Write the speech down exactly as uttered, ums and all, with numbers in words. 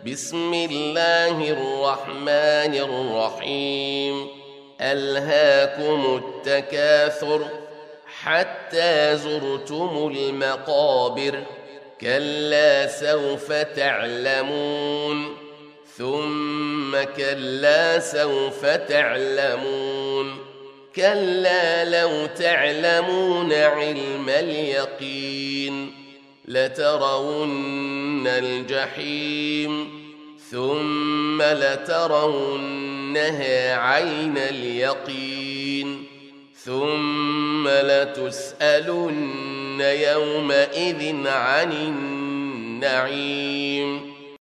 بسم الله الرحمن الرحيم ألهاكم التكاثر حتى زرتم المقابر كلا سوف تعلمون ثم كلا سوف تعلمون كلا لو تعلمون علم اليقين لترون الجحيم ثم لترونها عين اليقين ثم لتسألن يومئذ عن النعيم